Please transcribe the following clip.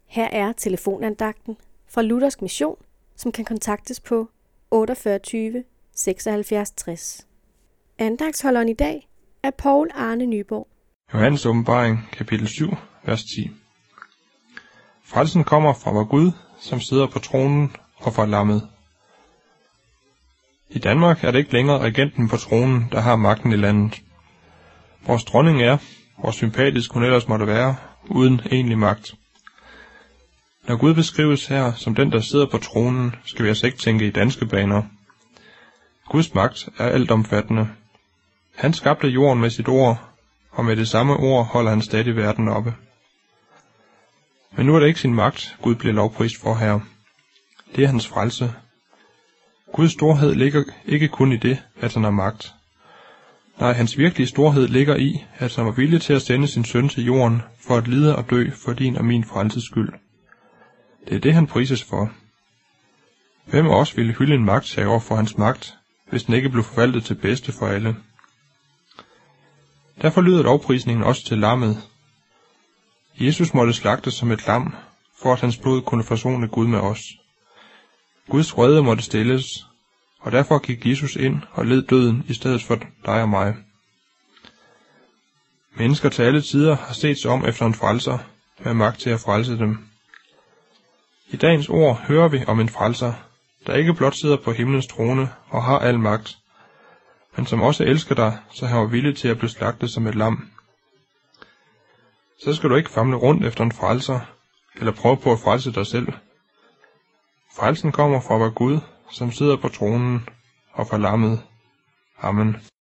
Her er telefonandagten fra Luthersk Mission, som kan kontaktes på 48 76 60. Andagtsholderen i dag er Poul Arne Nyborg. Johannes åbenbaring, kapitel 7, vers 10. Frelsen kommer fra vor Gud, som sidder på tronen, og fra lammet. I Danmark er det ikke længere regenten på tronen, der har magten i landet. Vores dronning er, hvor sympatisk hun ellers måtte være, uden egentlig magt. Når Gud beskrives her som den, der sidder på tronen, skal vi altså ikke tænke i danske baner. Guds magt er altomfattende. Han skabte jorden med sit ord, og med det samme ord holder han stadig verden oppe. Men nu er det ikke sin magt, Gud bliver lovprist for her. Det er hans frelse. Guds storhed ligger ikke kun i det, at han har magt. Nej, hans virkelige storhed ligger i, at han var villig til at sende sin søn til jorden, for at lide og dø for din og min frelses skyld. Det er det, han prises for. Hvem af os ville hylde en magthaver for hans magt, hvis den ikke blev forvaltet til bedste for alle? Derfor lyder lovprisningen også til lammet. Jesus måtte slagtes som et lam, for at hans blod kunne forsone Gud med os. Guds vrede måtte stilles, og derfor gik Jesus ind og led døden i stedet for dig og mig. Mennesker til alle tider har set sig om efter en frelser, med magt til at frelse dem. I dagens ord hører vi om en frelser, der ikke blot sidder på himlens trone og har al magt, men som også elsker dig, så han var villig til at blive slagtet som et lam. Så skal du ikke famle rundt efter en frelser, eller prøve på at frelse dig selv. Frelsen kommer fra vor Gud, som sidder på tronen, og fra lammet. Amen.